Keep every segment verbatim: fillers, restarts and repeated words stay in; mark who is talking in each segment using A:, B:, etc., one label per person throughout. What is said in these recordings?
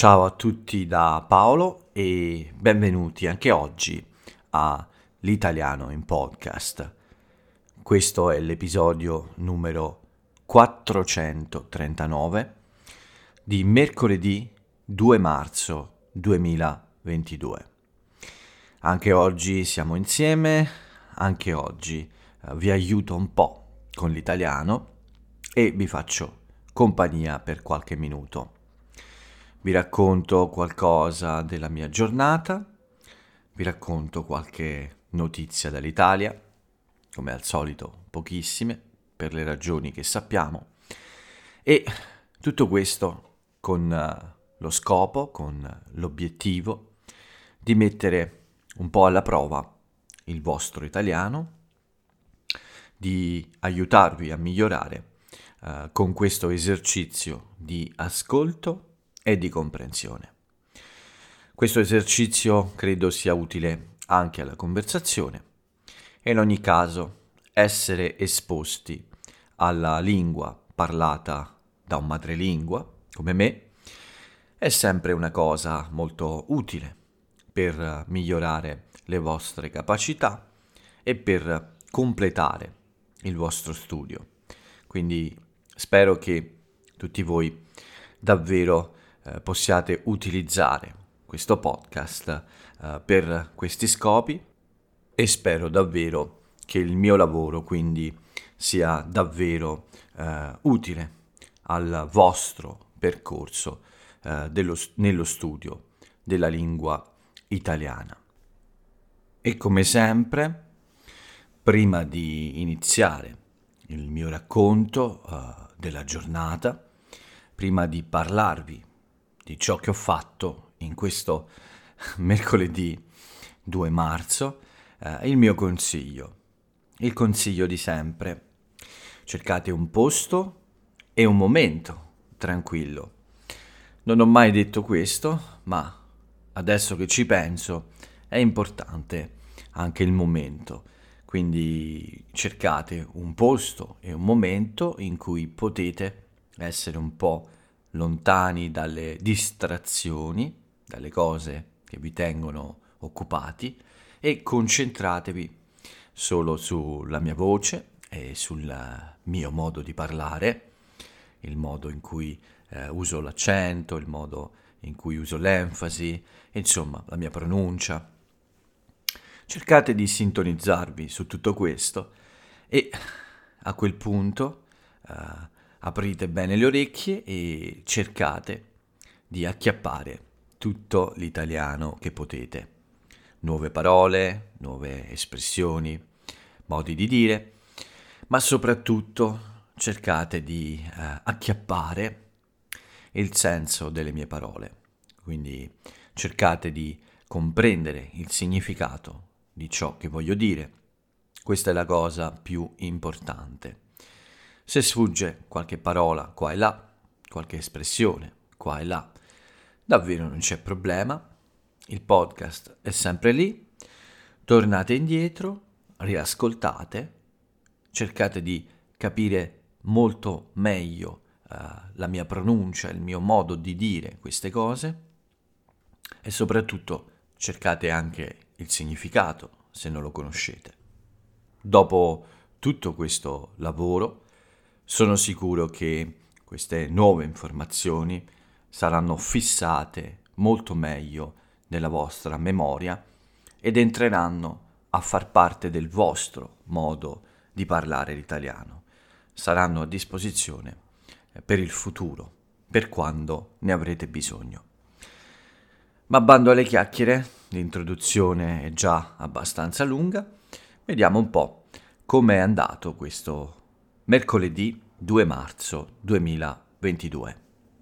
A: Ciao a tutti da Paolo e benvenuti anche oggi a L'Italiano in Podcast. Questo è l'episodio numero quattrocentotrentanove di mercoledì due marzo duemilaventidue. Anche oggi siamo insieme, anche oggi eh, vi aiuto un po' con l'italiano e vi faccio compagnia per qualche minuto. Vi racconto qualcosa della mia giornata, vi racconto qualche notizia dall'Italia, come al solito pochissime, per le ragioni che sappiamo, e tutto questo con uh, lo scopo, con l'obiettivo di mettere un po' alla prova il vostro italiano, di aiutarvi a migliorare uh, con questo esercizio di ascolto e di comprensione. Questo esercizio credo sia utile anche alla conversazione e in ogni caso essere esposti alla lingua parlata da un madrelingua come me è sempre una cosa molto utile per migliorare le vostre capacità e per completare il vostro studio. Quindi spero che tutti voi davvero eh, possiate utilizzare questo podcast eh, per questi scopi e spero davvero che il mio lavoro quindi sia davvero eh, utile al vostro percorso eh, dello, nello studio della lingua italiana. E come sempre, prima di iniziare il mio racconto uh, della giornata, prima di parlarvi di ciò che ho fatto in questo mercoledì due marzo, uh, il mio consiglio, il consiglio di sempre. Cercate un posto e un momento tranquillo. Non ho mai detto questo, ma adesso che ci penso è importante anche il momento. Quindi cercate un posto e un momento in cui potete essere un po' lontani dalle distrazioni, dalle cose che vi tengono occupati e concentratevi solo sulla mia voce e sul mio modo di parlare, il modo in cui eh, uso l'accento, il modo in cui uso l'enfasi, insomma la mia pronuncia. Cercate di sintonizzarvi su tutto questo e a quel punto uh, aprite bene le orecchie e cercate di acchiappare tutto l'italiano che potete. Nuove parole, nuove espressioni, modi di dire, ma soprattutto cercate di uh, acchiappare il senso delle mie parole. Quindi cercate di comprendere il significato di ciò che voglio dire. Questa è la cosa più importante. Se sfugge qualche parola qua e là, qualche espressione qua e là, davvero non c'è problema. Il podcast è sempre lì. Tornate indietro, riascoltate, cercate di capire molto meglio uh, la mia pronuncia, il mio modo di dire queste cose e soprattutto cercate anche il significato, se non lo conoscete. Dopo tutto questo lavoro, sono sicuro che queste nuove informazioni saranno fissate molto meglio nella vostra memoria ed entreranno a far parte del vostro modo di parlare l'italiano. Saranno a disposizione per il futuro, per quando ne avrete bisogno. Ma bando alle chiacchiere, l'introduzione è già abbastanza lunga, vediamo un po' come è andato questo mercoledì due marzo duemilaventidue.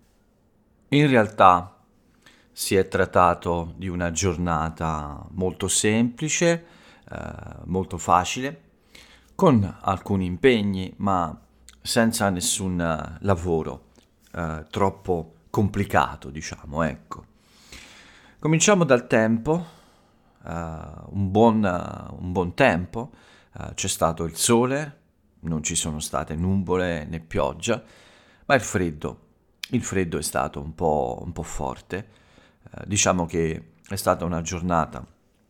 A: In realtà si è trattato di una giornata molto semplice, eh, molto facile, con alcuni impegni, ma senza nessun lavoro eh, troppo complicato, diciamo, ecco. Cominciamo dal tempo, uh, un, buon, uh, un buon tempo, uh, c'è stato il sole, non ci sono state nuvole né pioggia, ma il freddo il freddo è stato un po', un po' forte. Eh, diciamo che è stata una giornata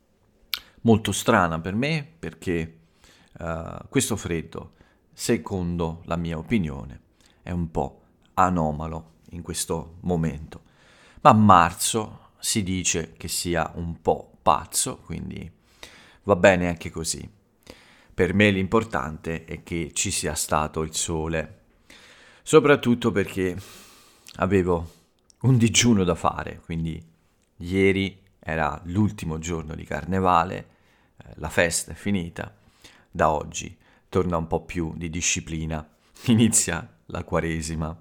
A: molto strana per me perché eh, questo freddo, secondo la mia opinione, è un po' anomalo in questo momento. Ma a marzo si dice che sia un po' pazzo, quindi va bene anche così. Per me l'importante è che ci sia stato il sole, soprattutto perché avevo un digiuno da fare, quindi ieri era l'ultimo giorno di carnevale, eh, la festa è finita, da oggi torna un po' più di disciplina, inizia la Quaresima.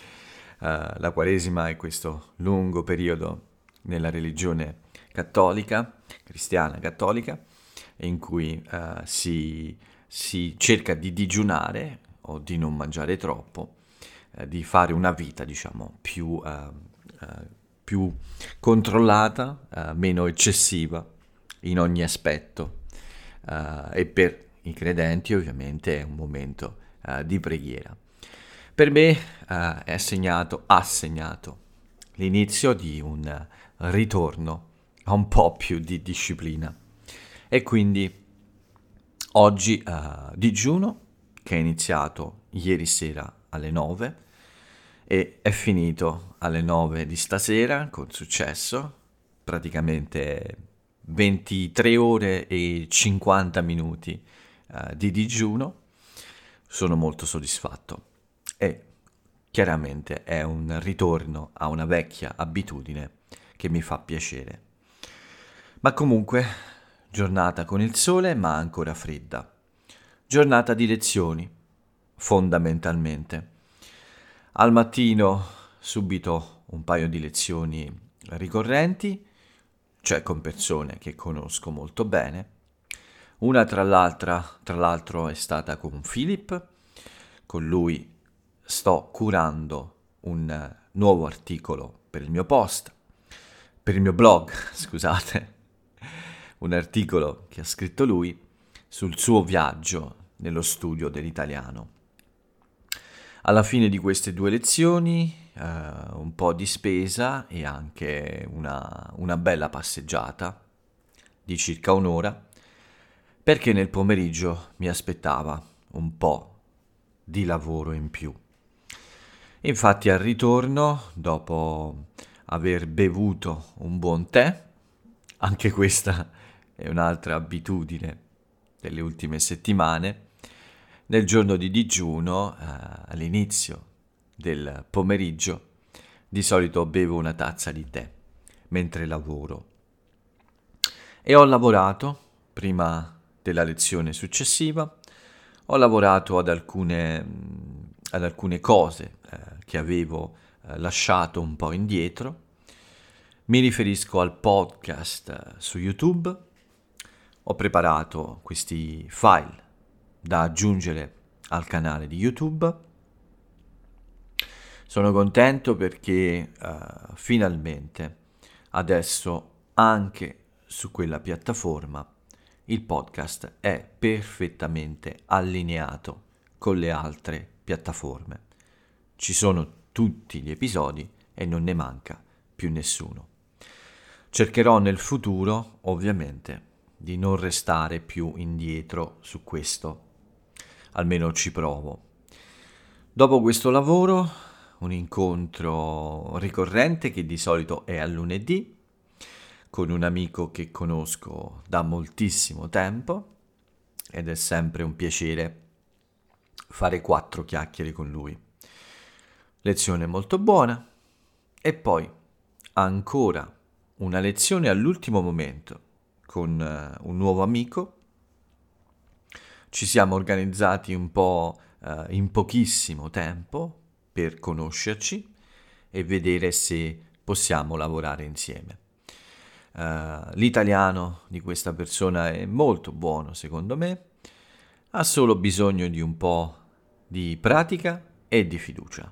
A: Eh, la Quaresima è questo lungo periodo nella religione cattolica, cristiana cattolica, in cui eh, si, si cerca di digiunare o di non mangiare troppo, eh, di fare una vita, diciamo, più, eh, eh, più controllata, eh, meno eccessiva in ogni aspetto. Eh, e per i credenti ovviamente è un momento eh, di preghiera. Per me eh, è segnato, ha segnato l'inizio di un ritorno a un po' più di disciplina. E quindi oggi eh, digiuno, che è iniziato ieri sera alle nove e è finito alle nove di stasera con successo, praticamente ventitré ore e cinquanta minuti eh, di digiuno. Sono molto soddisfatto e chiaramente è un ritorno a una vecchia abitudine che mi fa piacere. Ma comunque, giornata con il sole ma ancora fredda. Giornata di lezioni, fondamentalmente. Al mattino subito un paio di lezioni ricorrenti, cioè con persone che conosco molto bene. Una tra l'altra, tra l'altro è stata con Philip, con lui sto curando un nuovo articolo per il mio post, per il mio blog, scusate, un articolo che ha scritto lui sul suo viaggio nello studio dell'italiano. Alla fine di queste due lezioni, eh, un po' di spesa e anche una, una bella passeggiata di circa un'ora, perché nel pomeriggio mi aspettava un po' di lavoro in più. Infatti al ritorno, dopo aver bevuto un buon tè, anche questa è un'altra abitudine delle ultime settimane, nel giorno di digiuno, eh, all'inizio del pomeriggio, di solito bevo una tazza di tè mentre lavoro. E ho lavorato, prima della lezione successiva, ho lavorato ad alcune, mh, ad alcune cose eh, che avevo eh, lasciato un po' indietro. Mi riferisco al podcast eh, su YouTube. Ho preparato questi file da aggiungere al canale di YouTube. Sono contento perché uh, finalmente adesso anche su quella piattaforma il podcast è perfettamente allineato con le altre piattaforme. Ci sono tutti gli episodi e non ne manca più nessuno. Cercherò nel futuro, ovviamente, di non restare più indietro su questo. Almeno ci provo. Dopo questo lavoro, un incontro ricorrente che di solito è al lunedì, con un amico che conosco da moltissimo tempo, ed è sempre un piacere fare quattro chiacchiere con lui. Lezione molto buona, e poi ancora una lezione all'ultimo momento con uh, un nuovo amico. Ci siamo organizzati un po' uh, in pochissimo tempo per conoscerci e vedere se possiamo lavorare insieme. Uh, l'italiano di questa persona è molto buono, secondo me, ha solo bisogno di un po' di pratica e di fiducia.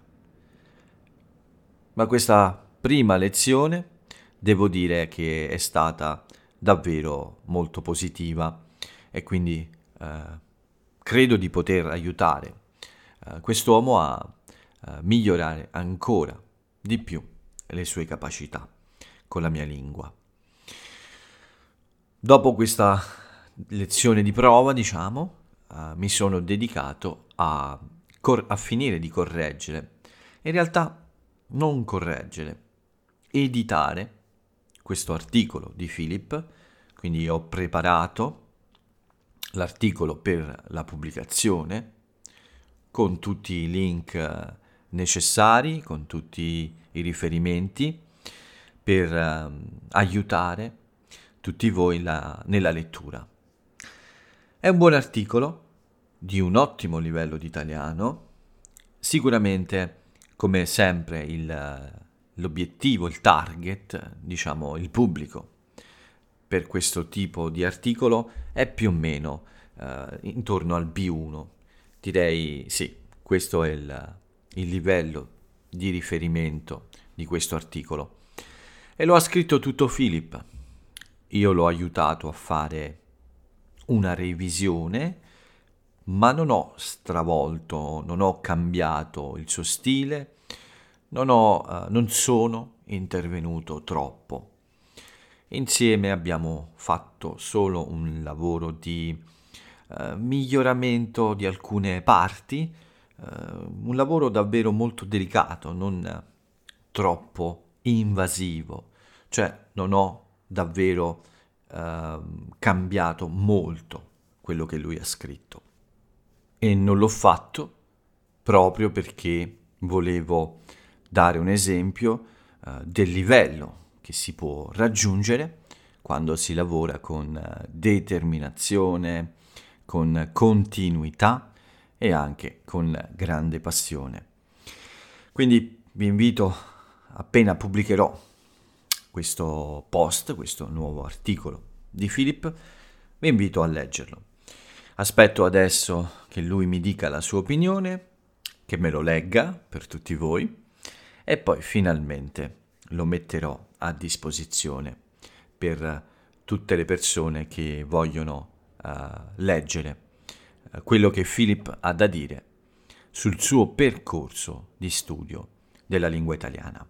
A: Ma questa prima lezione devo dire che è stata davvero molto positiva e quindi uh, credo di poter aiutare uh, quest'uomo a uh, migliorare ancora di più le sue capacità con la mia lingua. Dopo questa lezione di prova, diciamo, uh, mi sono dedicato a, cor- a finire di correggere, in realtà non correggere, editare questo articolo di Philip, quindi ho preparato l'articolo per la pubblicazione con tutti i link necessari, con tutti i riferimenti per uh, aiutare tutti voi la, nella lettura. È un buon articolo, di un ottimo livello di italiano, sicuramente come sempre il, l'obiettivo, il target, diciamo il pubblico per questo tipo di articolo è più o meno eh, intorno al B uno. Direi sì, questo è il, il livello di riferimento di questo articolo. E lo ha scritto tutto Philip. Io l'ho aiutato a fare una revisione, ma non ho stravolto, non ho cambiato il suo stile, non, ho, uh, non sono intervenuto troppo. Insieme abbiamo fatto solo un lavoro di uh, miglioramento di alcune parti, uh, un lavoro davvero molto delicato, non troppo invasivo, cioè non ho davvero uh, cambiato molto quello che lui ha scritto. E non l'ho fatto proprio perché volevo dare un esempio uh, del livello che si può raggiungere quando si lavora con uh, determinazione, con continuità e anche con grande passione. Quindi vi invito, appena pubblicherò questo post, questo nuovo articolo di Philip, vi invito a leggerlo. Aspetto adesso che lui mi dica la sua opinione, che me lo legga per tutti voi e poi finalmente lo metterò a disposizione per tutte le persone che vogliono uh, leggere uh, quello che Philip ha da dire sul suo percorso di studio della lingua italiana.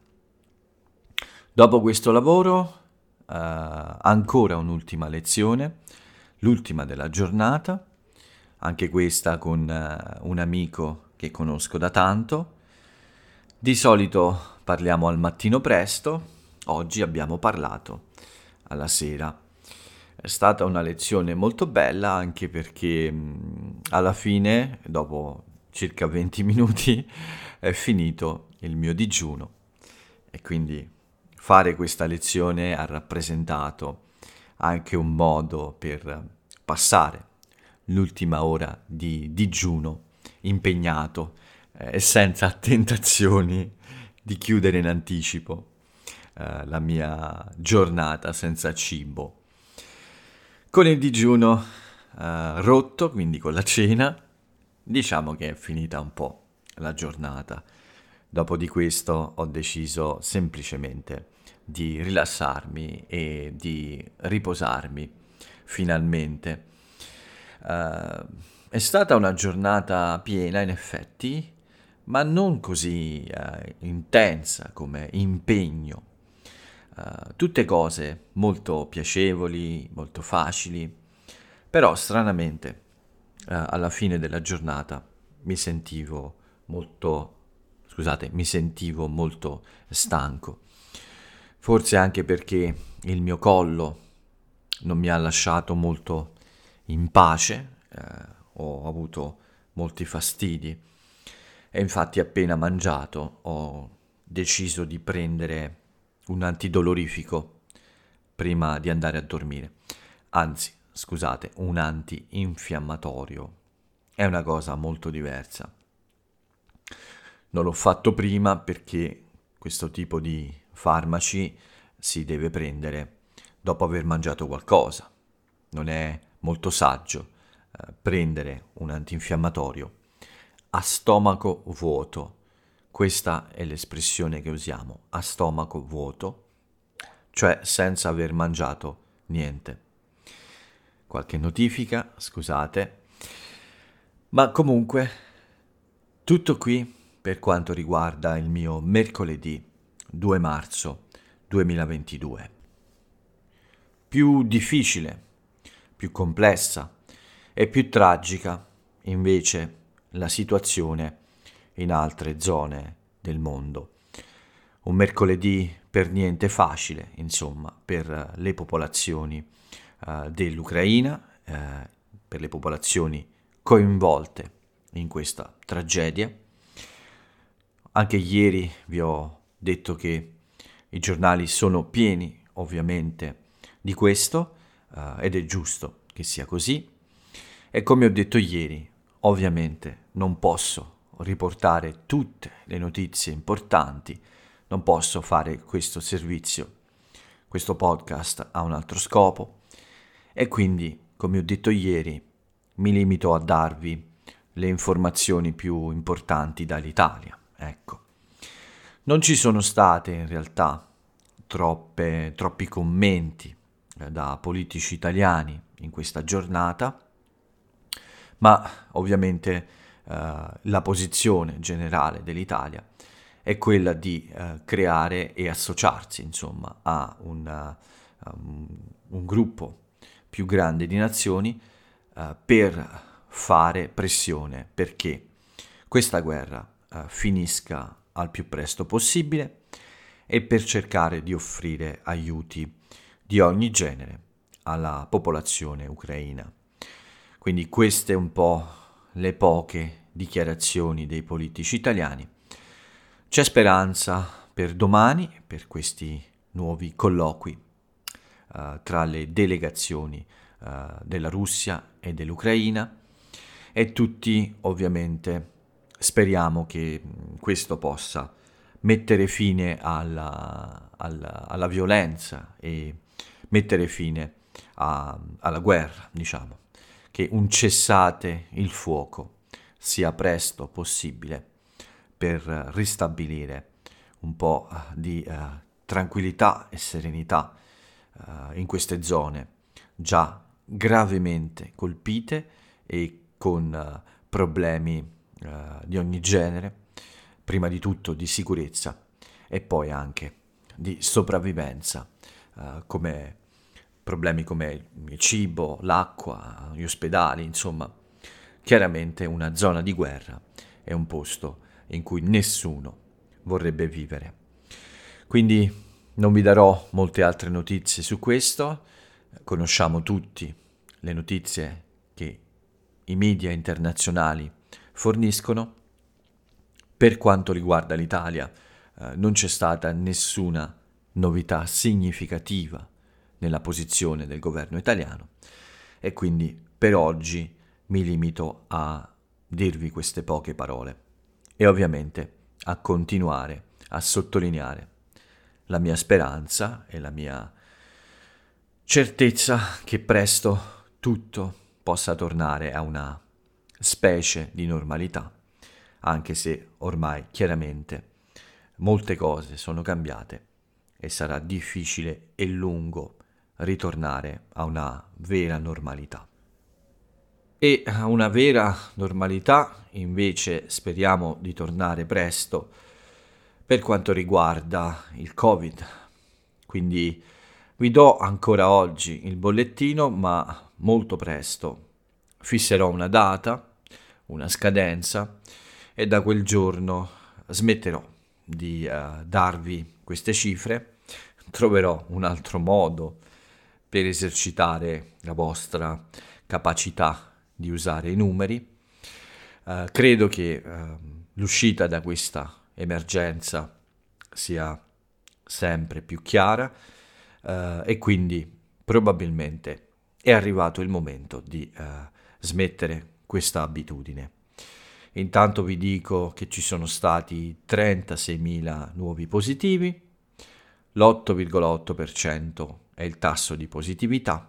A: Dopo questo lavoro, uh, ancora un'ultima lezione, l'ultima della giornata, anche questa con uh, un amico che conosco da tanto. Di solito parliamo al mattino presto, oggi abbiamo parlato alla sera. È stata una lezione molto bella anche perché mh, alla fine, dopo circa venti minuti, è finito il mio digiuno e quindi fare questa lezione ha rappresentato anche un modo per passare l'ultima ora di digiuno impegnato eh, e senza tentazioni di chiudere in anticipo eh, la mia giornata senza cibo. Con il digiuno eh, rotto, quindi con la cena, diciamo che è finita un po' la giornata. Dopo di questo ho deciso semplicemente di rilassarmi e di riposarmi finalmente. Uh, è stata una giornata piena in effetti, ma non così uh, intensa come impegno. Uh, tutte cose molto piacevoli, molto facili, però stranamente uh, alla fine della giornata mi sentivo molto, scusate, mi sentivo molto stanco. Forse anche perché il mio collo non mi ha lasciato molto in pace, eh, ho avuto molti fastidi e infatti appena mangiato ho deciso di prendere un antidolorifico prima di andare a dormire. Anzi, scusate, un antinfiammatorio. È una cosa molto diversa. Non l'ho fatto prima perché questo tipo di farmaci si deve prendere dopo aver mangiato qualcosa. Non è molto saggio eh, prendere un antinfiammatorio a stomaco vuoto. Questa è l'espressione che usiamo, a stomaco vuoto, cioè senza aver mangiato niente. Qualche notifica, scusate, ma comunque tutto qui per quanto riguarda il mio mercoledì due marzo duemilaventidue. Più difficile, più complessa e più tragica invece la situazione in altre zone del mondo. Un mercoledì per niente facile, insomma, per le popolazioni uh, dell'Ucraina, uh, per le popolazioni coinvolte in questa tragedia. Anche ieri vi ho detto che i giornali sono pieni, ovviamente, di questo, uh, ed è giusto che sia così. E come ho detto ieri, ovviamente non posso riportare tutte le notizie importanti, non posso fare questo servizio, questo podcast ha un altro scopo e quindi, come ho detto ieri, mi limito a darvi le informazioni più importanti dall'Italia. Ecco. Non ci sono state in realtà troppe, troppi commenti eh, da politici italiani in questa giornata, ma ovviamente eh, la posizione generale dell'Italia è quella di eh, creare e associarsi, insomma, a un, uh, um, un gruppo più grande di nazioni uh, per fare pressione perché questa guerra uh, finisca al più presto possibile e per cercare di offrire aiuti di ogni genere alla popolazione ucraina. Quindi queste un po' le poche dichiarazioni dei politici italiani. C'è speranza per domani, per questi nuovi colloqui uh, tra le delegazioni uh, della Russia e dell'Ucraina e tutti ovviamente speriamo che questo possa mettere fine alla, alla, alla violenza e mettere fine a, alla guerra, diciamo, che un cessate il fuoco sia presto possibile per ristabilire un po' di uh, tranquillità e serenità uh, in queste zone già gravemente colpite e con uh, problemi uh, di ogni genere, prima di tutto di sicurezza e poi anche di sopravvivenza, uh, come problemi come il cibo, l'acqua, gli ospedali, insomma, chiaramente una zona di guerra è un posto in cui nessuno vorrebbe vivere. Quindi non vi darò molte altre notizie su questo, conosciamo tutti le notizie che i media internazionali forniscono. Per quanto riguarda l'Italia, eh, non c'è stata nessuna novità significativa nella posizione del governo italiano e quindi per oggi mi limito a dirvi queste poche parole e ovviamente a continuare a sottolineare la mia speranza e la mia certezza che presto tutto possa tornare a una specie di normalità, anche se ormai chiaramente molte cose sono cambiate e sarà difficile e lungo ritornare a una vera normalità. E a una vera normalità invece speriamo di tornare presto per quanto riguarda il Covid. Quindi vi do ancora oggi il bollettino, ma molto presto fisserò una data, una scadenza e da quel giorno smetterò di uh, darvi queste cifre, troverò un altro modo per esercitare la vostra capacità di usare i numeri. Uh, credo che uh, l'uscita da questa emergenza sia sempre più chiara uh, e quindi probabilmente è arrivato il momento di uh, smettere questa abitudine. Intanto vi dico che ci sono stati trentaseimila nuovi positivi, l'otto virgola otto per cento è il tasso di positività,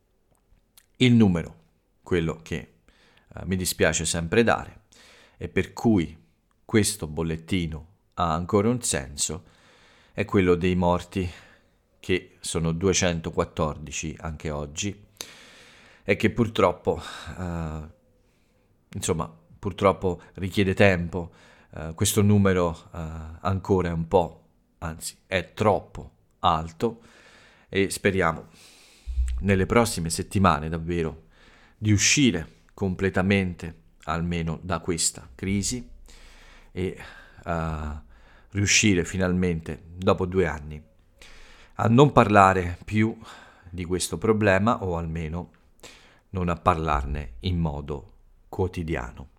A: il numero, quello che uh, mi dispiace sempre dare e per cui questo bollettino ha ancora un senso, è quello dei morti, che sono duecentoquattordici anche oggi e che purtroppo, uh, insomma, purtroppo richiede tempo, uh, questo numero uh, ancora è un po' anzi è troppo alto, e speriamo nelle prossime settimane davvero di uscire completamente almeno da questa crisi e uh, riuscire finalmente dopo due anni a non parlare più di questo problema, o almeno non a parlarne in modo quotidiano.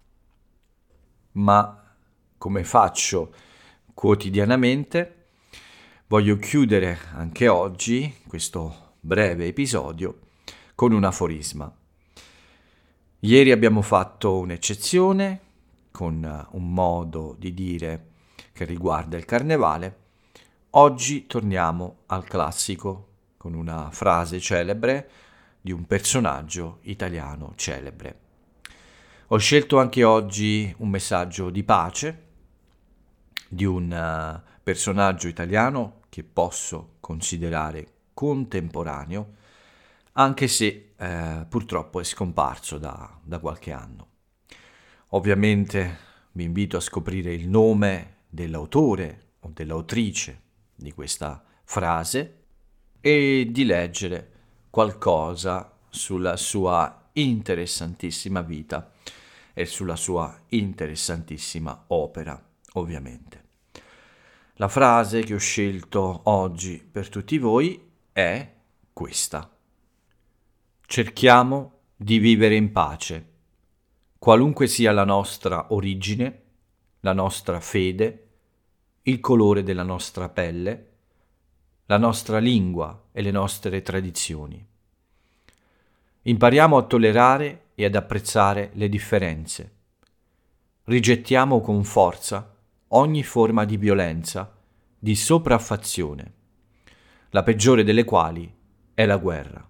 A: Ma come faccio quotidianamente, voglio chiudere anche oggi questo breve episodio con un aforisma. Ieri abbiamo fatto un'eccezione con un modo di dire che riguarda il carnevale. Oggi torniamo al classico con una frase celebre di un personaggio italiano celebre. Ho scelto anche oggi un messaggio di pace di un uh, personaggio italiano che posso considerare contemporaneo, anche se eh, purtroppo è scomparso da, da qualche anno. Ovviamente vi invito a scoprire il nome dell'autore o dell'autrice di questa frase e di leggere qualcosa sulla sua interessantissima vita e sulla sua interessantissima opera, ovviamente. La frase che ho scelto oggi per tutti voi è questa: cerchiamo di vivere in pace, qualunque sia la nostra origine, la nostra fede, il colore della nostra pelle, la nostra lingua e le nostre tradizioni. Impariamo a tollerare e ad apprezzare le differenze. Rigettiamo con forza ogni forma di violenza, di sopraffazione, la peggiore delle quali è la guerra.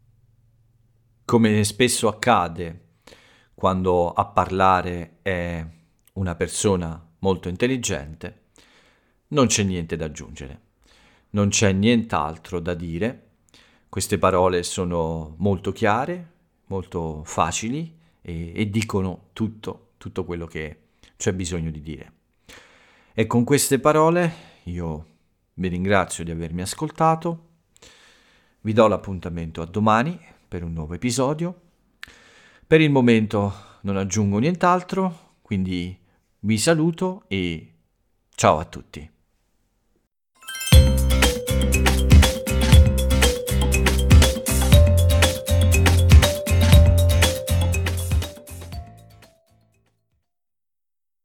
A: Come spesso accade quando a parlare è una persona molto intelligente, non c'è niente da aggiungere, non c'è nient'altro da dire. Queste parole sono molto chiare, molto facili e, e dicono tutto, tutto quello che c'è bisogno di dire. E con queste parole io vi ringrazio di avermi ascoltato, vi do l'appuntamento a domani per un nuovo episodio. Per il momento non aggiungo nient'altro, quindi vi saluto e ciao a tutti.